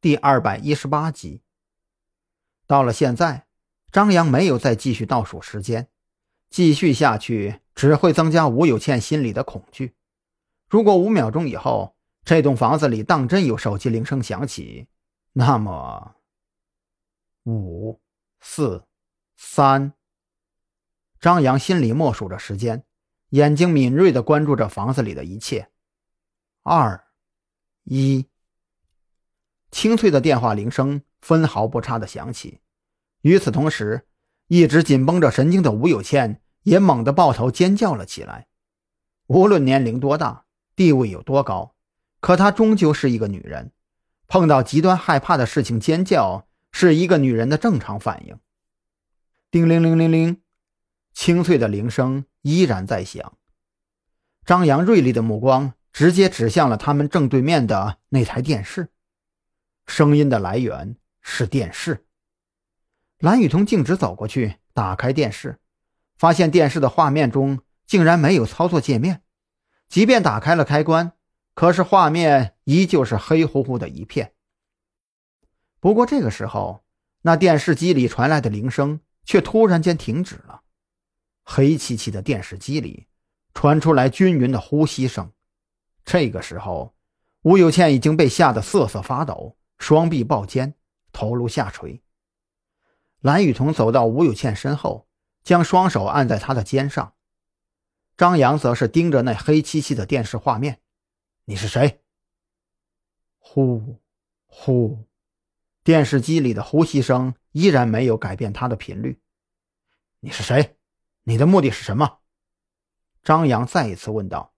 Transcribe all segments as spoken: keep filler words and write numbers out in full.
第二百一十八集。到了现在，张扬没有再继续倒数时间，继续下去只会增加吴有倩心里的恐惧。如果五秒钟以后这栋房子里当真有手机铃声响起，那么五、四、三，张扬心里默数着时间，眼睛敏锐地关注着房子里的一切。二、一，清脆的电话铃声分毫不差地响起。与此同时，一直紧绷着神经的吴有倩也猛地抱头尖叫了起来。无论年龄多大，地位有多高，可她终究是一个女人，碰到极端害怕的事情尖叫是一个女人的正常反应。叮铃铃铃铃，清脆的铃声依然在响。张扬锐利的目光直接指向了他们正对面的那台电视，声音的来源是电视。蓝雨桐径直走过去，打开电视，发现电视的画面中竟然没有操作界面，即便打开了开关，可是画面依旧是黑乎乎的一片。不过这个时候，那电视机里传来的铃声却突然间停止了。黑漆漆的电视机里传出来均匀的呼吸声。这个时候，吴有倩已经被吓得瑟瑟发抖，双臂抱肩，头颅下垂。蓝雨桐走到吴有倩身后，将双手按在她的肩上。张扬则是盯着那黑漆漆的电视画面。你是谁？呼呼，电视机里的呼吸声依然没有改变它的频率。你是谁？你的目的是什么？张扬再一次问道。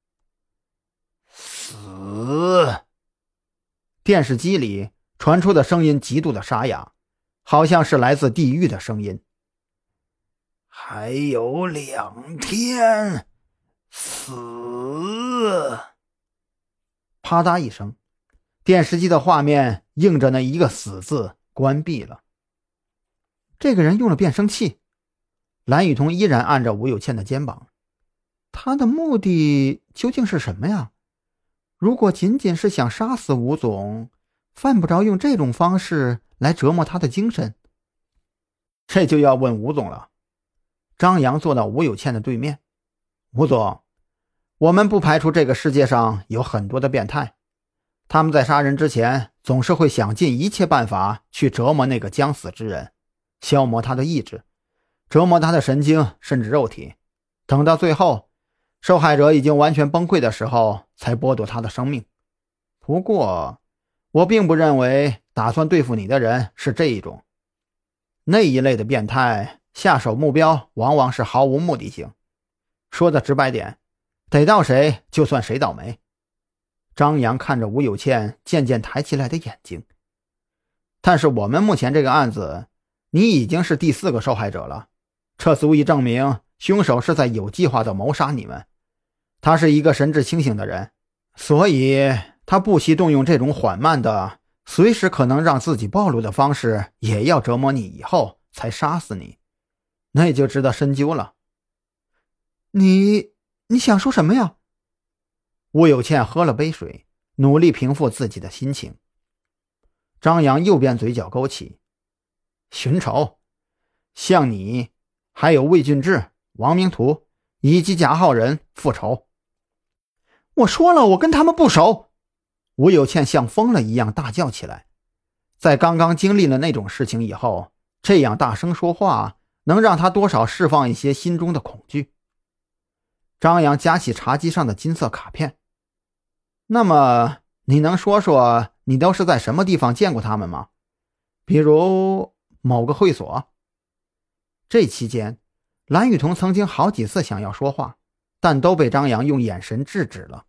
死！电视机里传出的声音极度的沙哑，好像是来自地狱的声音。还有两天，死！啪嗒一声，电视机的画面映着那一个死字关闭了。这个人用了变声器。蓝雨桐依然按着吴有倩的肩膀。他的目的究竟是什么呀？如果仅仅是想杀死吴总，犯不着用这种方式来折磨他的精神。这就要问吴总了。张扬坐到吴有倩的对面。吴总，我们不排除这个世界上有很多的变态，他们在杀人之前总是会想尽一切办法去折磨那个将死之人，消磨他的意志，折磨他的神经甚至肉体，等到最后受害者已经完全崩溃的时候才剥夺他的生命。不过我并不认为打算对付你的人是这一种。那一类的变态下手目标往往是毫无目的性，说的直白点，逮到谁就算谁倒霉。张扬看着吴有倩渐渐抬起来的眼睛。但是我们目前这个案子，你已经是第四个受害者了，这足以证明凶手是在有计划地谋杀你们。他是一个神志清醒的人，所以他不惜动用这种缓慢的随时可能让自己暴露的方式，也要折磨你以后才杀死你，那就值得深究了。你你想说什么呀？吴有倩喝了杯水，努力平复自己的心情。张扬右边嘴角勾起。寻仇，像你还有魏俊志、王明图以及贾浩仁复仇。我说了，我跟他们不熟。吴有倩像疯了一样大叫起来。在刚刚经历了那种事情以后，这样大声说话能让他多少释放一些心中的恐惧。张扬夹起茶几上的金色卡片。那么你能说说你都是在什么地方见过他们吗？比如某个会所。这期间蓝雨桐曾经好几次想要说话，但都被张扬用眼神制止了。